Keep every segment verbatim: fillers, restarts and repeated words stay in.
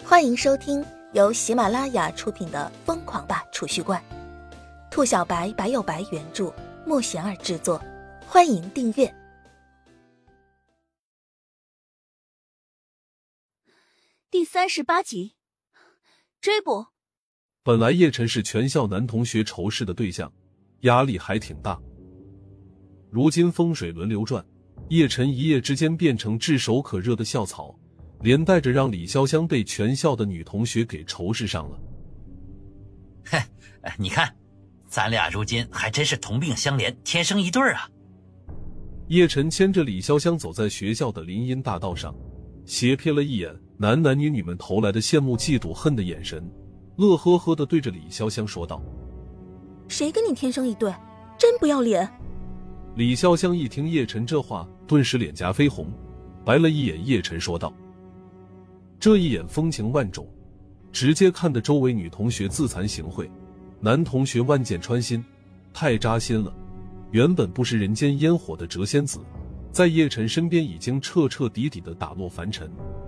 欢迎收听由喜马拉雅出品的《疯狂吧储蓄罐》，兔小白白有白原著，莫贤儿制作。欢迎订阅。 第三十八集，追捕。 本来叶晨是全校男同学仇视的对象，压力还挺大。如今风水轮流转，叶晨一夜之间变成炙手可热的校草，连带着让李潇湘被全校的女同学给仇视上了。 嘿，你看，咱俩如今还真是同病相怜，天生一对啊！ 叶晨牵着李潇湘走在学校的林荫大道上，斜瞥了一眼男男女女们投来的羡慕嫉妒恨的眼神，乐呵呵地对着李潇湘说道： 谁跟你天生一对，真不要脸。 李潇湘一听叶晨这话，顿时脸颊绯红，白了一眼叶晨说道，这一眼风情万种，直接看得周围女同学自惭形秽，男同学万箭穿心，太扎心了。原本不食人间烟火的谪仙子，在叶晨身边已经彻彻底底的打落凡尘。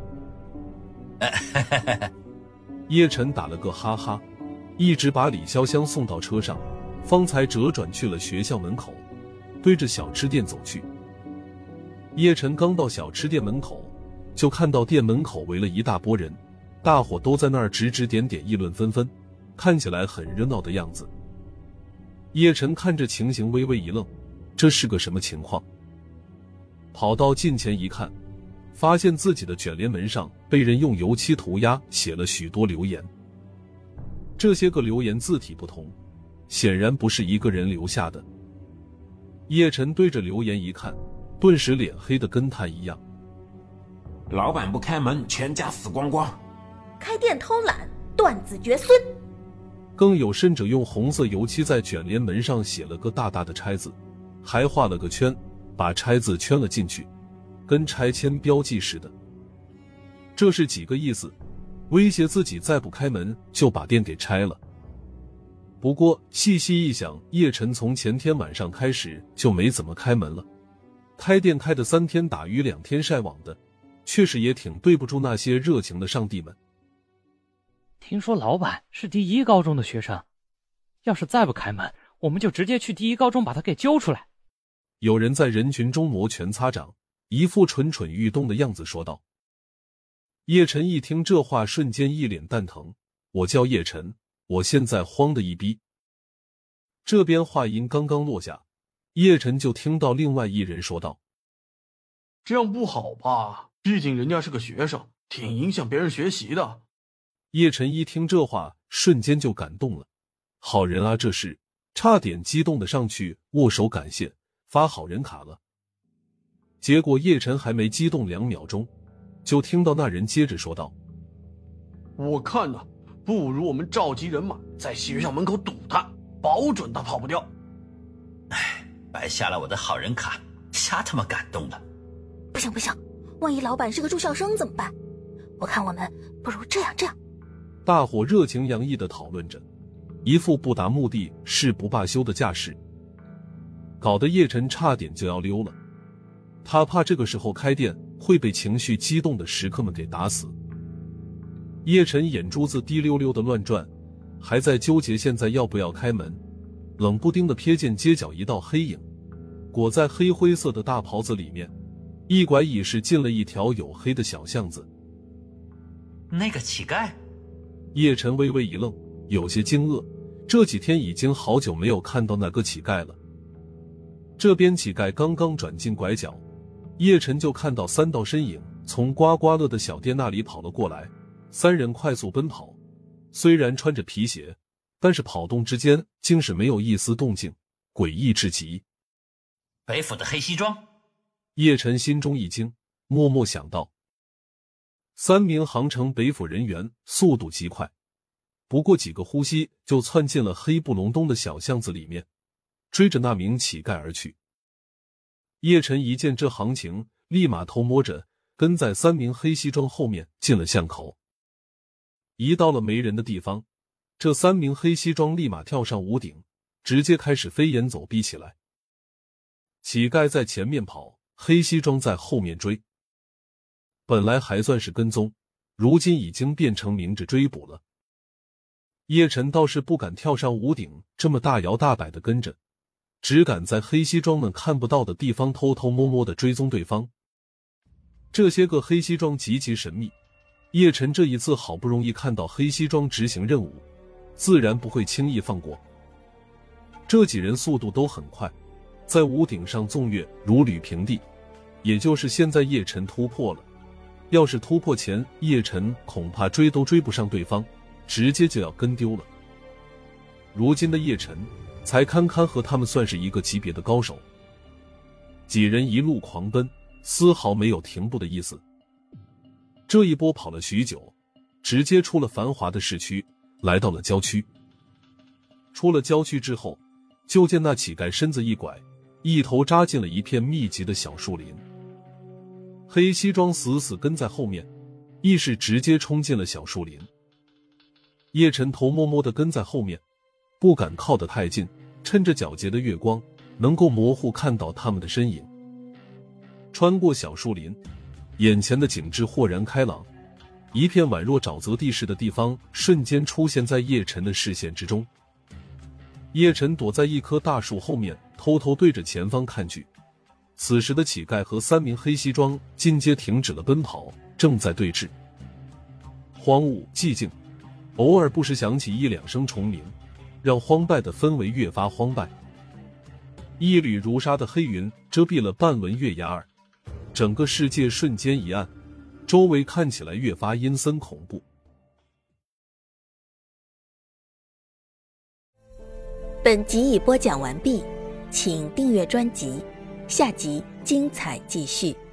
叶晨打了个哈哈，一直把李潇湘送到车上，方才折转去了学校门口，对着小吃店走去。叶晨刚到小吃店门口，就看到店门口围了一大波人，大伙都在那儿指指点点，议论纷纷，看起来很热闹的样子。叶晨看着情形微微一愣，这是个什么情况？跑到近前一看，发现自己的卷帘门上被人用油漆涂鸦，写了许多留言。这些个留言字体不同，显然不是一个人留下的。叶晨对着留言一看，顿时脸黑得跟炭一样。 老板不开门，全家死光光。 开店偷懒，断子绝孙。 更有甚者用红色油漆在卷帘门上写了个大大的拆字，还画了个圈，把拆字圈了进去，跟拆迁标记似的。这是几个意思？威胁自己再不开门就把店给拆了。不过细细一想，叶晨从前天晚上开始就没怎么开门了，开店开的三天打鱼两天晒网的，确实也挺对不住那些热情的上帝们。 听说老板是第一高中的学生，要是再不开门，我们就直接去第一高中把他给揪出来。 有人在人群中摩拳擦掌，一副蠢蠢欲动的样子说道。叶晨一听这话，瞬间一脸蛋疼，我叫叶晨，我现在慌的一逼。这边话音刚刚落下，叶晨就听到另外一人说道， 这样不好吧，毕竟人家是个学生，挺影响别人学习的。 叶晨一听这话，瞬间就感动了，好人啊，这是，差点激动的上去握手感谢，发好人卡了。结果叶晨还没激动两秒钟，就听到那人接着说道， 我看呢，不如我们召集人马在学校门口堵他，保准他跑不掉。 唉，白下了我的好人卡，瞎他妈感动了。 不行不行，万一老板是个住校生怎么办？我看我们不如这样这样。 大伙热情洋溢地讨论着，一副不达目的誓不罢休的架势，搞得叶晨差点就要溜了。他怕这个时候开店会被情绪激动的食客们给打死。叶晨眼珠子滴溜溜地乱转，还在纠结现在要不要开门，冷不丁地瞥见街角一道黑影，裹在黑灰色的大袍子里面，一拐一是进了一条黝黑的小巷子。 那个乞丐？ 叶晨微微一愣，有些惊愕，这几天已经好久没有看到那个乞丐了。这边乞丐刚刚转进拐角，叶晨就看到三道身影从刮刮乐的小店那里跑了过来，三人快速奔跑，虽然穿着皮鞋，但是跑动之间竟是没有一丝动静，诡异至极。 北府的黑西装？ 叶晨心中一惊，默默想到，三名航城北府人员速度极快，不过几个呼吸就窜进了黑不隆冬的小巷子里面，追着那名乞丐而去。叶晨一见这行情，立马偷摸着跟在三名黑西装后面进了巷口。一到了没人的地方，这三名黑西装立马跳上屋顶，直接开始飞檐走壁起来。乞丐在前面跑，黑西装在后面追。本来还算是跟踪， 如今已经变成明着追捕了。叶晨倒是不敢跳上屋顶，这么大摇大摆的跟着，只敢在黑西装们看不到的地方偷偷摸摸的追踪对方。这些个黑西装极其神秘，叶晨这一次好不容易看到黑西装执行任务，自然不会轻易放过。这几人速度都很快，在屋顶上纵跃如履平地，也就是现在叶晨突破了。要是突破前叶晨恐怕追都追不上对方，直接就要跟丢了。如今的叶晨才堪堪和他们算是一个级别的高手。几人一路狂奔，丝毫没有停步的意思。这一波跑了许久，直接出了繁华的市区，来到了郊区。出了郊区之后，就见那乞丐身子一拐，一头扎进了一片密集的小树林。黑西装死死跟在后面，亦是直接冲进了小树林。叶晨头摸摸地跟在后面，不敢靠得太近，趁着皎洁的月光能够模糊看到他们的身影。穿过小树林，眼前的景致豁然开朗，一片宛若沼泽地势的地方瞬间出现在叶晨的视线之中。叶晨躲在一棵大树后面，偷偷对着前方看去。此时的乞丐和三名黑西装尽皆停止了奔跑，正在对峙。荒芜寂静，偶尔不时响起一两声虫鸣，让荒败的氛围越发荒败。一缕如纱的黑云遮蔽了半轮月牙儿，整个世界瞬间一暗，周围看起来越发阴森恐怖。 本集已播讲完毕，请订阅专辑，下集精彩继续。